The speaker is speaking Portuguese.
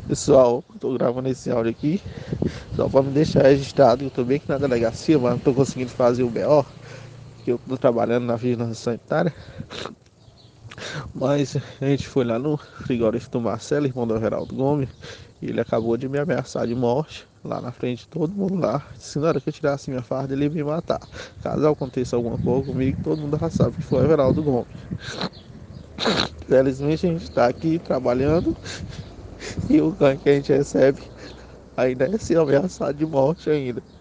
Pessoal, tô gravando esse áudio aqui só pra me deixar registrado. Eu tô bem aqui na delegacia, mas não tô conseguindo fazer o BO, que eu tô trabalhando na vigilância sanitária. Mas a gente foi lá no frigorífico do Marcelo, irmão do Everaldo Gomes, e ele acabou de me ameaçar de morte lá na frente de todo mundo lá. Se na hora que eu tirasse minha farda, ele ia me matar. Caso aconteça alguma coisa comigo, todo mundo já sabe que foi o Everaldo Gomes. Felizmente a gente tá aqui trabalhando e o ganho que a gente recebe ainda é ser ameaçado de morte ainda.